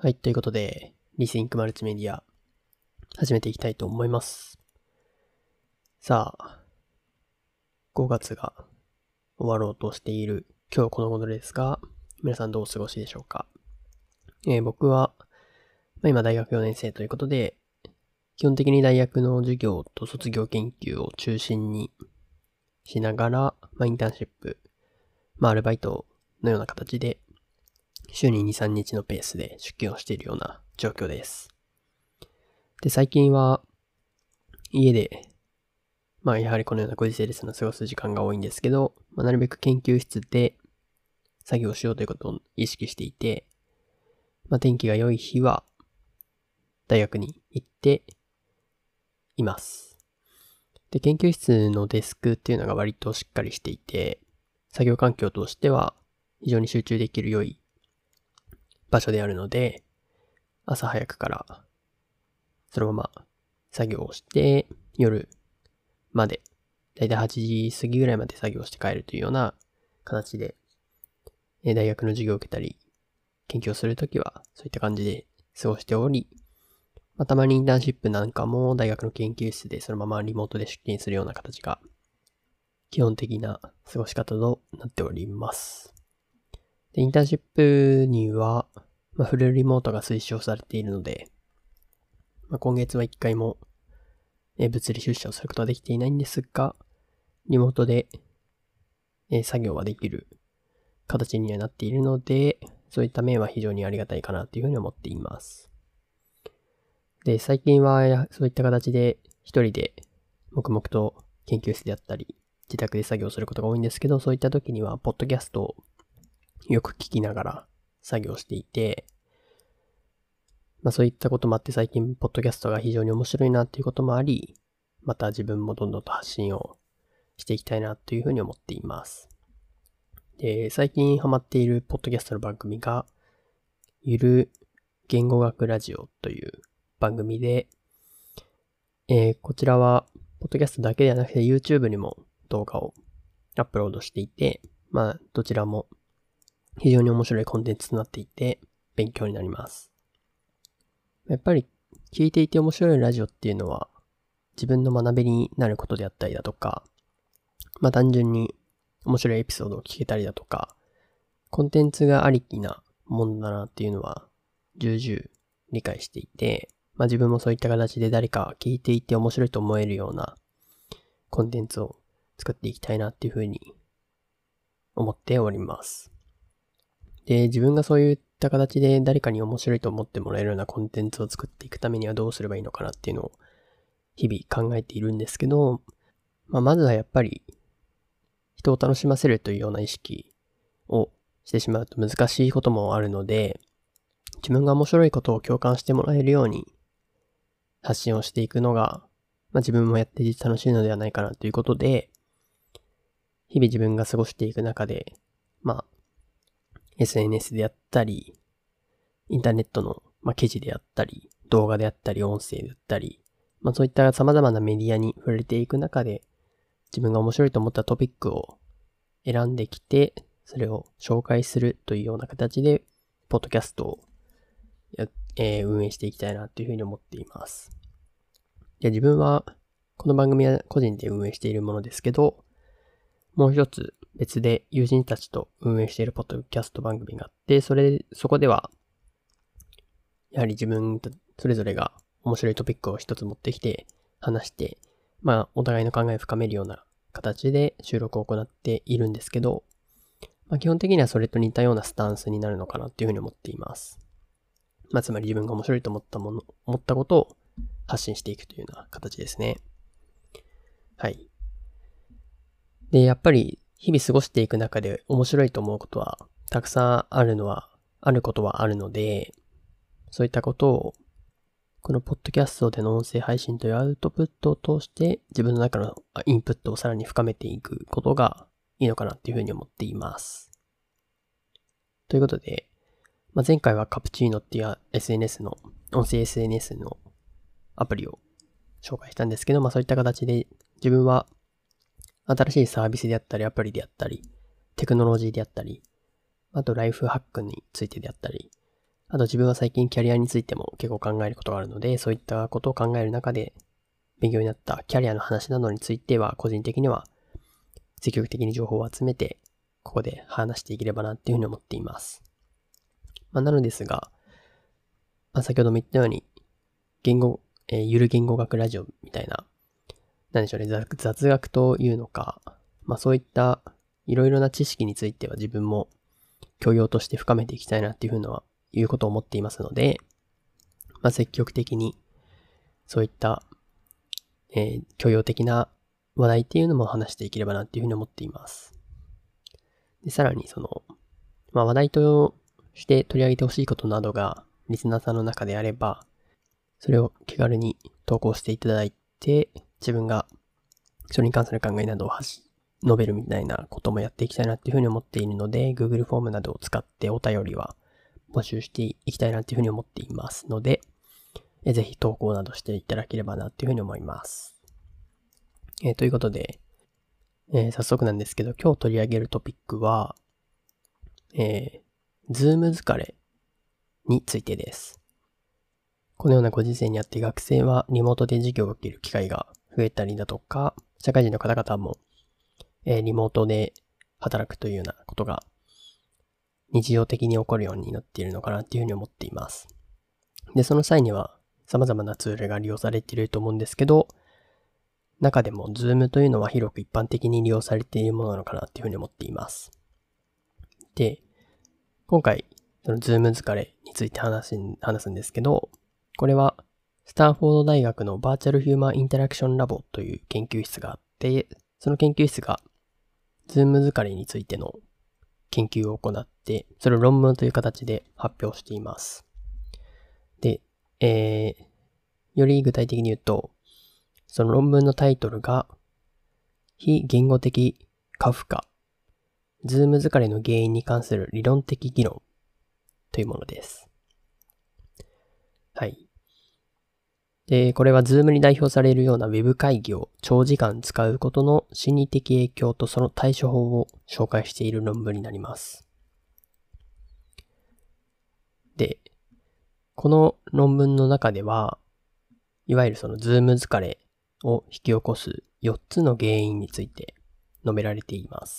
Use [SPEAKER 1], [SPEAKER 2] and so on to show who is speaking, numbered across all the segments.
[SPEAKER 1] はい、ということで、リスインクマルチメディア、始めていきたいと思います。さあ、5月が終わろうとしている今日この頃ですが、皆さんどうお過ごしでしょうか。僕は、今大学4年生ということで、基本的に大学の授業と卒業研究を中心にしながら、インターンシップ、アルバイトのような形で、週に2、3日のペースで出勤をしているような状況です。で、最近は家で、やはりこのようなご時世ですの過ごす時間が多いんですけど、なるべく研究室で作業をしようということを意識していて、天気が良い日は大学に行っています。で、研究室のデスクっていうのが割としっかりしていて、作業環境としては非常に集中できる良い場所であるので、朝早くからそのまま作業をして夜まで、だいたい8時過ぎぐらいまで作業して帰るというような形で、大学の授業を受けたり、研究をするときはそういった感じで過ごしており、たまにインターンシップなんかも大学の研究室でそのままリモートで出勤するような形が基本的な過ごし方となっております。で、インターンシップには、フルリモートが推奨されているので、今月は1回も物理出社をすることはできていないんですが、リモートで作業はできる形にはなっているので、そういった面は非常にありがたいかなというふうに思っています。で、最近はそういった形で一人で黙々と研究室であったり、自宅で作業することが多いんですけど、そういった時にはポッドキャストをよく聞きながら作業していて、そういったこともあって最近ポッドキャストが非常に面白いなっていうこともあり、また自分もどんどんと発信をしていきたいなというふうに思っています。で、最近ハマっているポッドキャストの番組が、ゆる言語学ラジオという番組で、こちらは、ポッドキャストだけではなくて YouTube にも動画をアップロードしていて、どちらも非常に面白いコンテンツとなっていて、勉強になります。やっぱり、聞いていて面白いラジオっていうのは、自分の学びになることであったりだとか、単純に面白いエピソードを聞けたりだとか、コンテンツがありきなものだなっていうのは重々理解していて、自分もそういった形で誰か聞いていて面白いと思えるようなコンテンツを作っていきたいなっていうふうに思っております。で、自分がそういった形で誰かに面白いと思ってもらえるようなコンテンツを作っていくためにはどうすればいいのかなっていうのを日々考えているんですけど、まずはやっぱり人を楽しませるというような意識をしてしまうと難しいこともあるので、自分が面白いことを共感してもらえるように発信をしていくのが、自分もやっていて楽しいのではないかなということで、日々自分が過ごしていく中で、SNS であったり、インターネットの、記事であったり、動画であったり、音声であったり、そういった様々なメディアに触れていく中で、自分が面白いと思ったトピックを選んできて、それを紹介するというような形で、ポッドキャストを運営していきたいなというふうに思っています。で、自分は、この番組は個人で運営しているものですけど、もう一つ別で友人たちと運営しているポッドキャスト番組があって、そこでは、やはり自分それぞれが面白いトピックを一つ持ってきて話して、お互いの考えを深めるような形で収録を行っているんですけど、基本的にはそれと似たようなスタンスになるのかなっていうふうに思っています。つまり自分が面白いと思ったことを発信していくというような形ですね。はい。で、やっぱり日々過ごしていく中で面白いと思うことはたくさんあることはあるので、そういったことをこのポッドキャストでの音声配信というアウトプットを通して自分の中のインプットをさらに深めていくことがいいのかなっていうふうに思っています。ということで、前回はカプチーノっていう音声 SNS のアプリを紹介したんですけど、そういった形で自分は新しいサービスであったりアプリであったり、テクノロジーであったり、あとライフハックについてであったり、 あと自分は最近キャリアについても結構考えることがあるので、そういったことを考える中で勉強になったキャリアの話などについては個人的には積極的に情報を集めてここで話していければなっていうふうに思っています。なのですが、先ほども言ったようにゆる言語学ラジオみたいな、なんでしょうね、雑学というのか、そういったいろいろな知識については自分も教養として深めていきたいなっていうことを思っていますので、積極的にそういった、教養的な話題っていうのも話していければなっていうふうに思っています。で、さらに話題として取り上げてほしいことなどがリスナーさんの中であれば、それを気軽に投稿していただいて、自分がそれに関する考えなどを述べるみたいなこともやっていきたいなっていうふうに思っているので、Google フォームなどを使ってお便りは募集していきたいなっていうふうに思っていますので、ぜひ投稿などしていただければなっていうふうに思います。ということで、早速なんですけど、今日取り上げるトピックは、Zoom 疲れについてです。このようなご時世にあって学生はリモートで授業を受ける機会が増えたりだとか、社会人の方々も、リモートで働くというようなことが日常的に起こるようになっているのかなっていうふうに思っています。で、その際には様々なツールが利用されていると思うんですけど、中でも Zoom というのは広く一般的に利用されているものなのかなっていうふうに思っています。で、今回、その Zoom 疲れについて話すんですけど、これはスタンフォード大学のバーチャルヒューマンインタラクションラボという研究室があって、その研究室が Zoom 疲れについての研究を行って、それを論文という形で発表しています。で、より具体的に言うと、その論文のタイトルが、非言語的過負荷、ズーム疲れの原因に関する理論的議論というものです。はい。で、これは Zoom に代表されるような Web 会議を長時間使うことの心理的影響とその対処法を紹介している論文になります。で、この論文の中では、いわゆるその Zoom 疲れを引き起こす4つの原因について述べられています。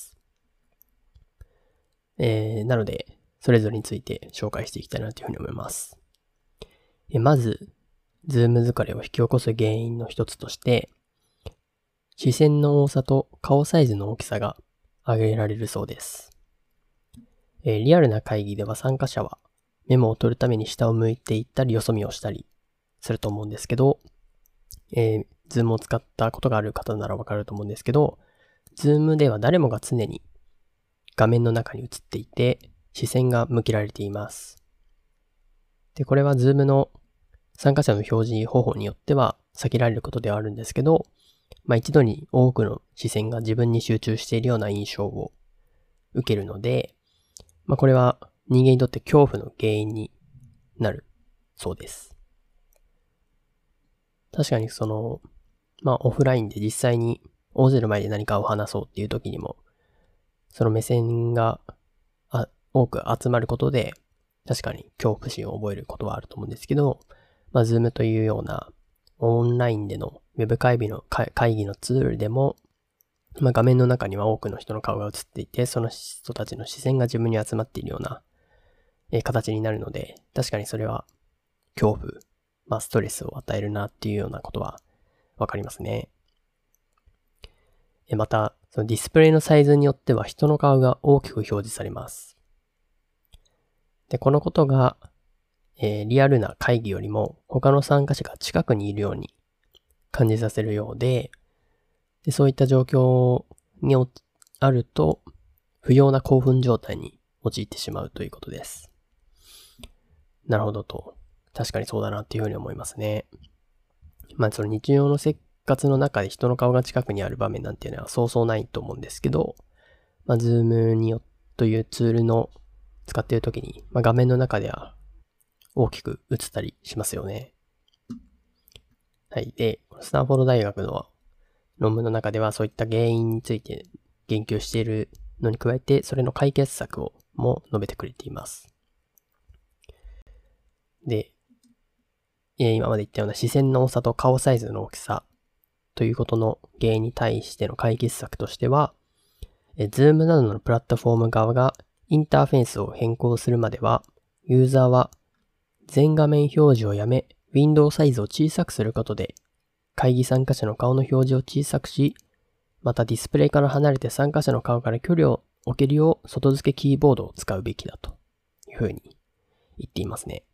[SPEAKER 1] なので、それぞれについて紹介していきたいなというふうに思います。まず、ズーム疲れを引き起こす原因の一つとして、視線の多さと顔サイズの大きさが挙げられるそうです。リアルな会議では参加者はメモを取るために下を向いていったりよそ見をしたりすると思うんですけど、ズームを使ったことがある方ならわかると思うんですけど、ズームでは誰もが常に画面の中に映っていて、視線が向けられています。で、これはズームの参加者の表示方法によっては避けられることではあるんですけど、一度に多くの視線が自分に集中しているような印象を受けるので、これは人間にとって恐怖の原因になるそうです。確かにオフラインで実際に大勢の前で何かを話そうっていう時にも、その目線が多く集まることで、確かに恐怖心を覚えることはあると思うんですけど、Zoom というようなオンラインでのウェブ会議のツールでも、画面の中には多くの人の顔が映っていて、その人たちの視線が自分に集まっているような、形になるので、確かにそれは恐怖、ストレスを与えるなっていうようなことはわかりますね。また、そのディスプレイのサイズによっては人の顔が大きく表示されます。で、このことが、リアルな会議よりも他の参加者が近くにいるように感じさせるようで、そういった状況にあると不要な興奮状態に陥ってしまうということです。なるほどと。確かにそうだなっていうふうに思いますね。その日常の生活の中で人の顔が近くにある場面なんていうのはそうそうないと思うんですけど、Zoom というツールの使っているときに、画面の中では大きく映ったりしますよね。はい。で、スタンフォード大学の論文の中ではそういった原因について言及しているのに加えて、それの解決策をも述べてくれています。 で、今まで言ったような視線の多さと顔サイズの大きさということの原因に対しての解決策としては、Zoom などのプラットフォーム側がインターフェースを変更するまでは、ユーザーは全画面表示をやめ、ウィンドウサイズを小さくすることで、会議参加者の顔の表示を小さくし、またディスプレイから離れて参加者の顔から距離を置けるよう外付けキーボードを使うべきだというふうに言っていますね。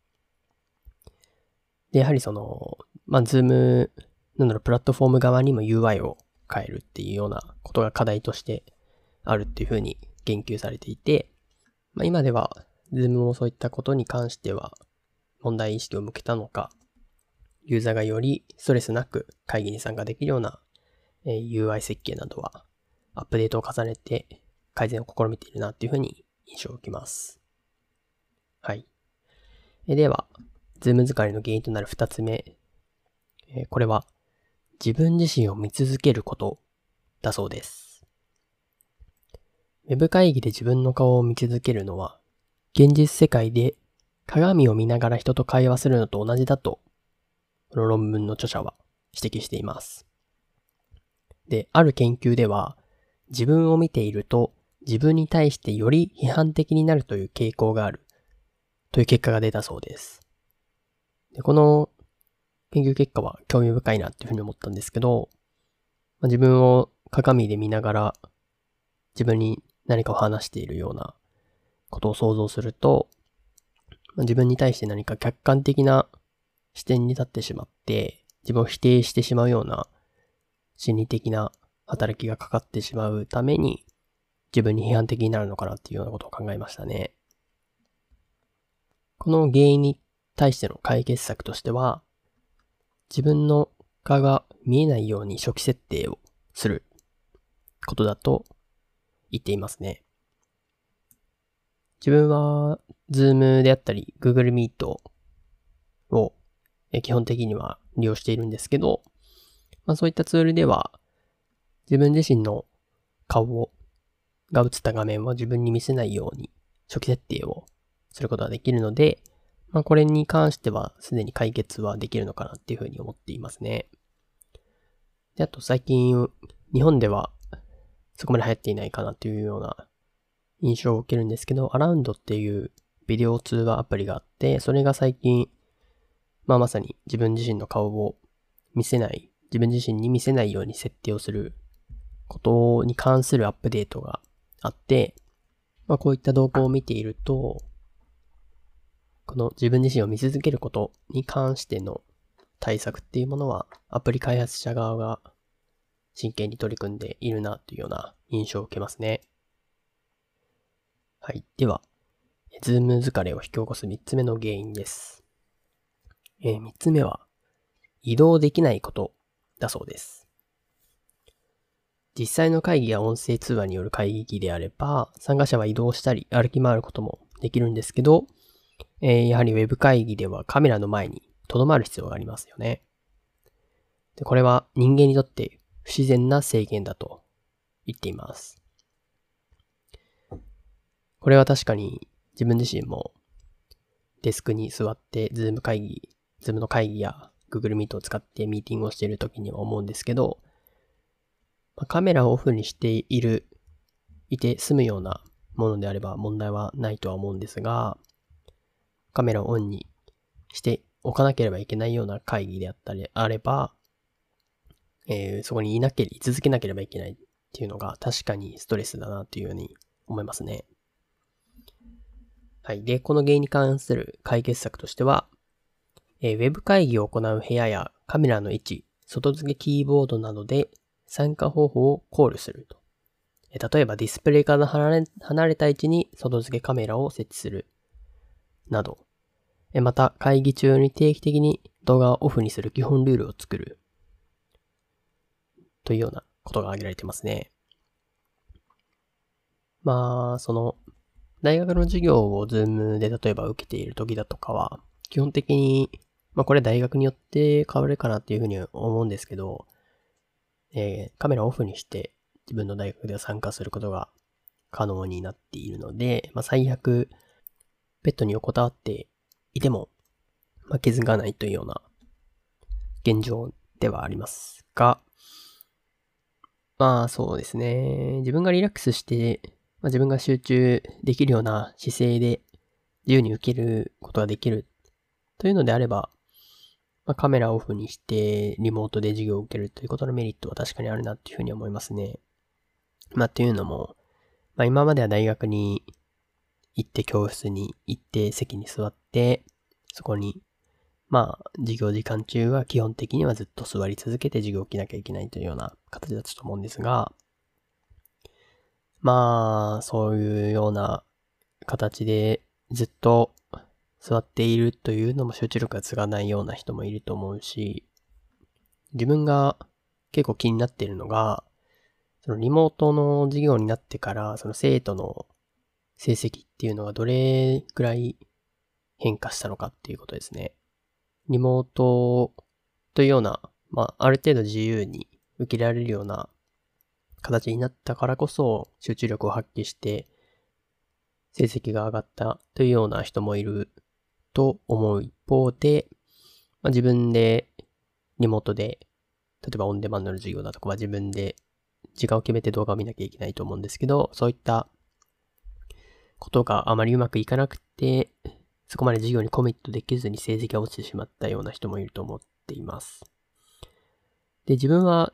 [SPEAKER 1] で、やはりZoom などのプラットフォーム側にも UI を変えるっていうようなことが課題としてあるっていうふうに言及されていて、今では Zoom もそういったことに関しては問題意識を向けたのか、ユーザーがよりストレスなく会議に参加できるような UI 設計などはアップデートを重ねて改善を試みているなっていうふうに印象を受けます。はい。では、Zoom 疲れの原因となる2つ目。これは自分自身を見続けることだそうです。ウェブ会議で自分の顔を見続けるのは、現実世界で鏡を見ながら人と会話するのと同じだと、この論文の著者は指摘しています。で、ある研究では、自分を見ていると自分に対してより批判的になるという傾向があるという結果が出たそうです。で、この研究結果は興味深いなっていうふうに思ったんですけど、自分を鏡で見ながら自分に何かを話しているようなことを想像すると、自分に対して何か客観的な視点に立ってしまって、自分を否定してしまうような心理的な働きがかかってしまうために、自分に批判的になるのかなっていうようなことを考えましたね。この原因に対しての解決策としては、自分の顔が見えないように初期設定をすることだと言っていますね。自分は Zoom であったり Google Meet を基本的には利用しているんですけど、そういったツールでは自分自身の顔が映った画面を自分に見せないように初期設定をすることができるので、これに関してはすでに解決はできるのかなっていうふうに思っていますね。で、あと最近日本ではそこまで流行っていないかなというような印象を受けるんですけど、アラウンドっていうビデオ通話アプリがあって、それが最近、まさに自分自身の顔を自分自身に見せないように設定をすることに関するアップデートがあって、こういった動向を見ていると、この自分自身を見続けることに関しての対策っていうものは、アプリ開発者側が真剣に取り組んでいるなというような印象を受けますね。はい。では、ズーム疲れを引き起こす3つ目の原因です。3つ目は、移動できないことだそうです。実際の会議や音声通話による会議機であれば、参加者は移動したり歩き回ることもできるんですけど、やはりウェブ会議ではカメラの前に留まる必要がありますよね。で、これは人間にとって不自然な制限だと言っています。これは確かに自分自身もデスクに座ってズームの会議や Google Meet を使ってミーティングをしているときには思うんですけど、カメラをオフにしていて済むようなものであれば問題はないとは思うんですが、カメラをオンにしておかなければいけないような会議であれば、そこに居続けなければいけないっていうのが確かにストレスだなというように思いますね。はい。で、この原因に関する解決策としては、ウェブ会議を行う部屋やカメラの位置、外付けキーボードなどで参加方法を考慮すると。例えばディスプレイから離れた位置に外付けカメラを設置するなど、また会議中に定期的に動画をオフにする基本ルールを作るというようなことが挙げられていますね。大学の授業を Zoom で例えば受けている時だとかは、基本的に、これ大学によって変わるかなっていうふうに思うんですけど、カメラをオフにして自分の大学では参加することが可能になっているので、最悪、ベッドに横たわっていても、 気づかないというような現状ではありますが、そうですね。自分がリラックスして、自分が集中できるような姿勢で自由に受けることができるというのであれば、カメラをオフにしてリモートで授業を受けるということのメリットは確かにあるなっていうふうに思いますね。というのも、今までは大学に行って教室に行って席に座って、そこに授業時間中は基本的にはずっと座り続けて授業を受けなきゃいけないというような形だったと思うんですが、そういうような形でずっと座っているというのも集中力がつかないような人もいると思うし、自分が結構気になっているのが、そのリモートの授業になってから、その生徒の成績っていうのがどれくらい変化したのかっていうことですね。リモートというような、ある程度自由に受けられるような形になったからこそ集中力を発揮して成績が上がったというような人もいると思う一方で、自分でリモートで、例えばオンデマンドの授業だとかは自分で時間を決めて動画を見なきゃいけないと思うんですけど、そういったことがあまりうまくいかなくて、そこまで授業にコミットできずに成績が落ちてしまったような人もいると思っています。で、自分は、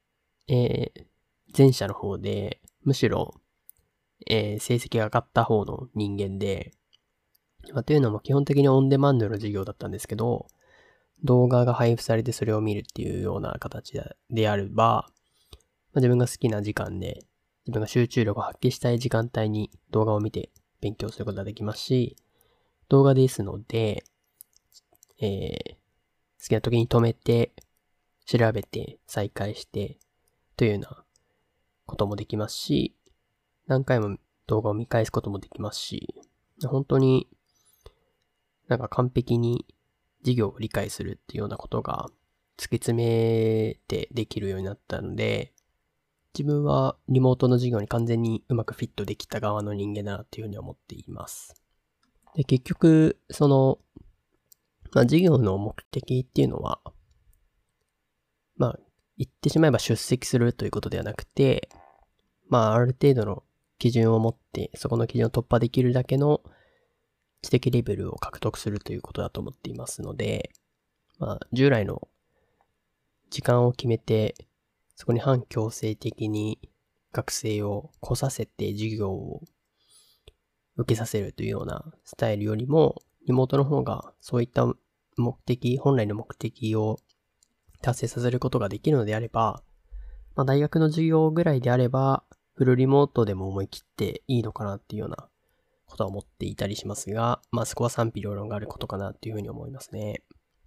[SPEAKER 1] 前者の方で、むしろ、成績が上がった方の人間で、というのも基本的にオンデマンドの授業だったんですけど、動画が配布されてそれを見るっていうような形であれば、自分が好きな時間で、自分が集中力を発揮したい時間帯に動画を見て勉強することができますし、動画ですので、好きな時に止めて、調べて、再開して、というようなこともできますし、何回も動画を見返すこともできますし、本当に完璧に授業を理解するっていうようなことが突き詰めてできるようになったので、自分はリモートの授業に完全にうまくフィットできた側の人間だなっていうふうに思っています。で、結局、授業の目的っていうのは、言ってしまえば出席するということではなくて、ある程度の基準を持って、そこの基準を突破できるだけの知的レベルを獲得するということだと思っていますので、従来の時間を決めて、そこに反強制的に学生を来させて授業を受けさせるというようなスタイルよりも、リモートの方がそういった本来の目的を達成させることができるのであれば、大学の授業ぐらいであれば、フルリモートでも思い切っていいのかなっていうようなことは思っていたりしますが、そこは賛否両論があることかなっていうふうに思いますね。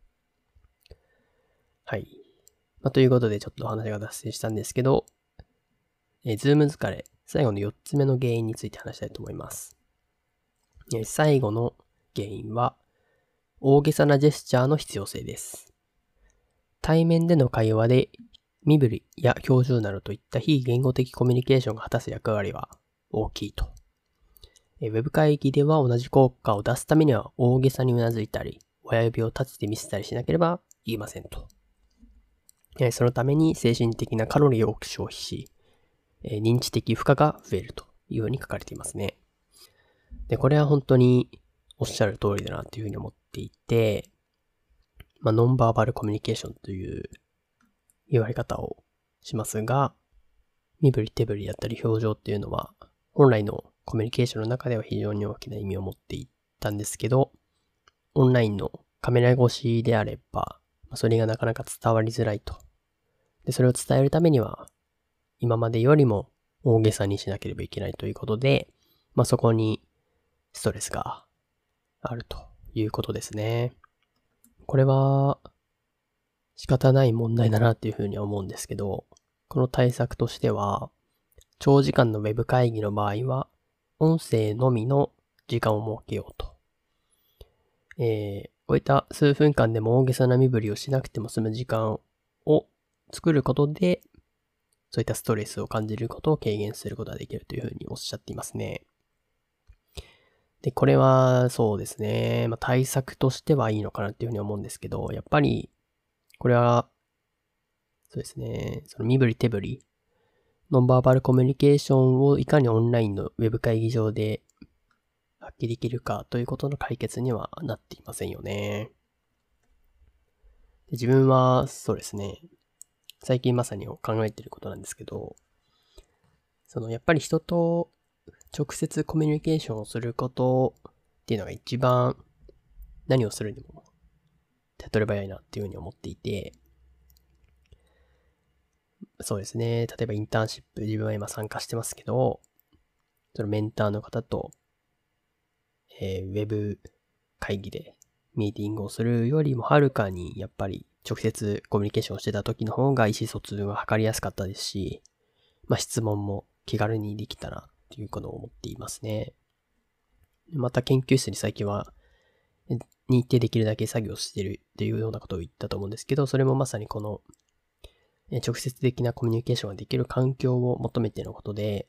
[SPEAKER 1] はい。ということでちょっと話が脱線したんですけど、ズーム疲れ、最後の4つ目の原因について話したいと思います。最後の原因は、大げさなジェスチャーの必要性です。対面での会話で、身振りや表情などといった非言語的コミュニケーションが果たす役割は大きいと。ウェブ会議では同じ効果を出すためには大げさにうなずいたり、親指を立てて見せたりしなければいけませんと。そのために精神的なカロリーを多く消費し、認知的負荷が増えるというように書かれていますね。で、これは本当におっしゃる通りだなというふうに思っていて、ノンバーバルコミュニケーションという言われ方をしますが、身振り手振りだったり表情っていうのは、本来のコミュニケーションの中では非常に大きな意味を持っていたんですけど、オンラインのカメラ越しであれば、それがなかなか伝わりづらいと。で、それを伝えるためには、今までよりも大げさにしなければいけないということで、そこにストレスがあるということですね。これは仕方ない問題だなっていうふうには思うんですけど、この対策としては、長時間のウェブ会議の場合は、音声のみの時間を設けようと。こういった数分間でも大げさな身振りをしなくても済む時間を作ることで、そういったストレスを感じることを軽減することができるというふうにおっしゃっていますね。 で、これはそうですね、対策としてはいいのかなっていうふうに思うんですけど、やっぱり、これは、そうですね、その身振り手振り、ノンバーバルコミュニケーションをいかにオンラインのウェブ会議上で発揮できるかということの解決にはなっていませんよね。で自分は、そうですね、最近まさに考えていることなんですけど、やっぱり人と直接コミュニケーションをすることっていうのが一番何をするにも手っ取り早いなっていうふうに思っていて、そうですね、例えばインターンシップ自分は今参加してますけど、そのメンターの方と、ウェブ会議でミーティングをするよりもはるかにやっぱり直接コミュニケーションをしてた時の方が意思疎通が図りやすかったですし、質問も気軽にできたなっていうことを思っていますね。また研究室に最近は日程できるだけ作業してるっていうようなことを言ったと思うんですけど、それもまさにこの直接的なコミュニケーションができる環境を求めてのことで、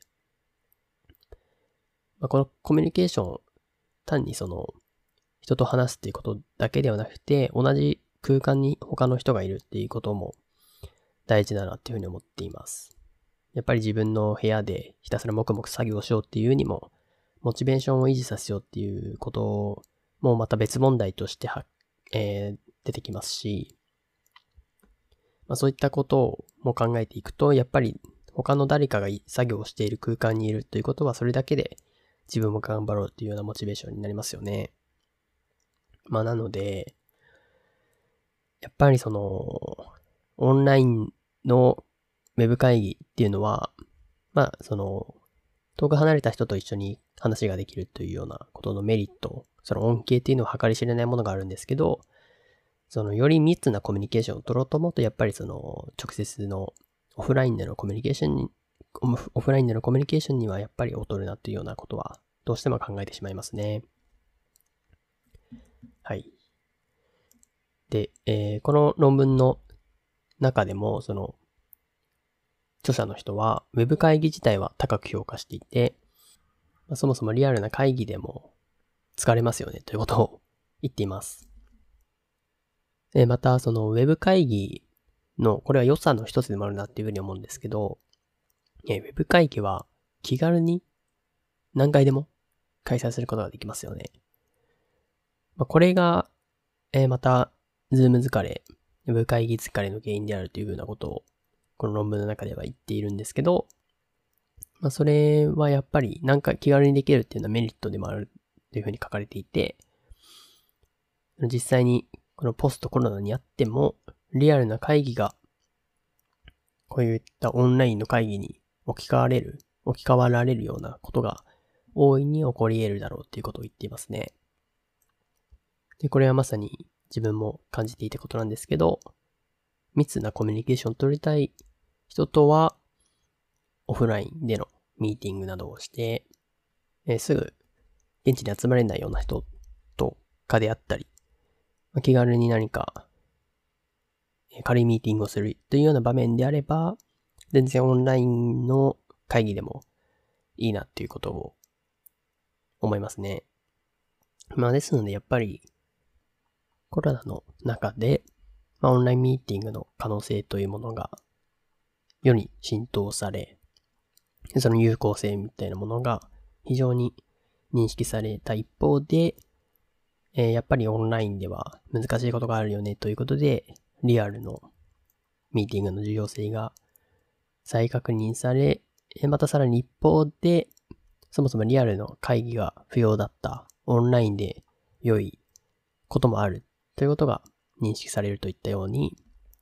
[SPEAKER 1] このコミュニケーション、単に人と話すっていうことだけではなくて、同じ空間に他の人がいるっていうことも大事だなっていうふうに思っています。やっぱり自分の部屋でひたすら黙々作業しようっていうにも、モチベーションを維持させようっていうこともまた別問題として出てきますし、そういったことも考えていくと、やっぱり他の誰かが作業をしている空間にいるということは、それだけで自分も頑張ろうというようなモチベーションになりますよね。なので、やっぱりオンラインのウェブ会議っていうのは、遠く離れた人と一緒に話ができるというようなことのメリット、その恩恵っていうのは計り知れないものがあるんですけど、より密なコミュニケーションを取ろうと思うと、やっぱり直接のオフラインでのコミュニケーションにはやっぱり劣るなというようなことは、どうしても考えてしまいますね。はい。で、この論文の中でも、著者の人は、ウェブ会議自体は高く評価していて、そもそもリアルな会議でも疲れますよねということを言っています。また、ウェブ会議の、これは良さの一つでもあるなっていうふうに思うんですけど、ウェブ会議は気軽に何回でも開催することができますよね。これが、また、ズーム疲れ、ウェブ会議疲れの原因であるというふうなことを、この論文の中では言っているんですけど、それはやっぱり気軽にできるっていうのはメリットでもあるというふうに書かれていて、実際にこのポストコロナにあっても、リアルな会議が、こういったオンラインの会議に置き換わられるようなことが大いに起こり得るだろうっていうことを言っていますね。で、これはまさに自分も感じていたことなんですけど、密なコミュニケーションを取りたい人とは、オフラインでのミーティングなどをして、すぐ現地に集まれないような人とかであったり、気軽に何か軽いミーティングをするというような場面であれば、全然オンラインの会議でもいいなっていうことを思いますね。ですのでやっぱりコロナの中で、オンラインミーティングの可能性というものが世に浸透され、その有効性みたいなものが非常に認識された一方で、やっぱりオンラインでは難しいことがあるよねということで、リアルのミーティングの重要性が再確認され、またさらに一方で、そもそもリアルの会議が不要だったオンラインで良いこともあるということが認識されるといったように、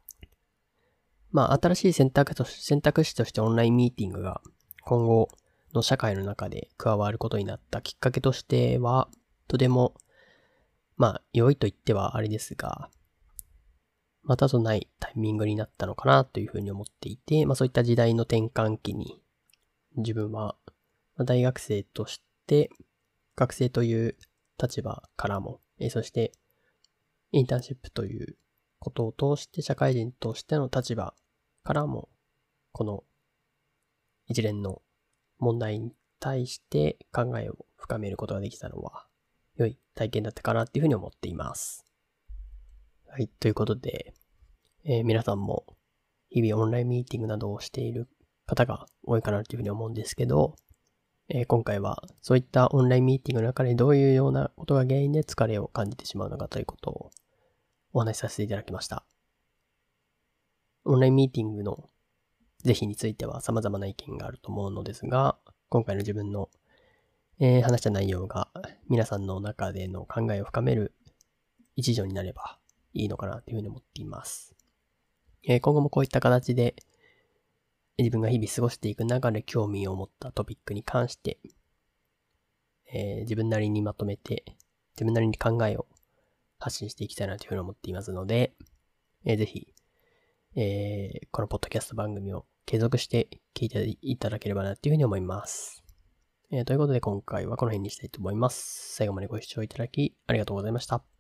[SPEAKER 1] 新しい選択肢としてオンラインミーティングが今後の社会の中で加わることになったきっかけとしては、とても、良いと言ってはあれですが、またとないタイミングになったのかなというふうに思っていて、そういった時代の転換期に、自分は大学生として、学生という立場からも、そしてインターンシップということを通して社会人としての立場からも、この一連の問題に対して考えを深めることができたのは良い体験だったかなっていうふうに思っています。はい、ということで、皆さんも日々オンラインミーティングなどをしている方が多いかなというふうに思うんですけど、今回はそういったオンラインミーティングの中でどういうようなことが原因で疲れを感じてしまうのかということをお話しさせていただきました。オンラインミーティングの是非については様々な意見があると思うのですが、今回の自分の、話した内容が皆さんの中での考えを深める一助になればいいのかなというふうに思っています。今後もこういった形で自分が日々過ごしていく中で興味を持ったトピックに関して、自分なりにまとめて自分なりに考えを発信していきたいなというふうに思っていますので、ぜひ、このポッドキャスト番組を継続して聞いていただければなというふうに思います。ということで今回はこの辺にしたいと思います。最後までご視聴いただきありがとうございました。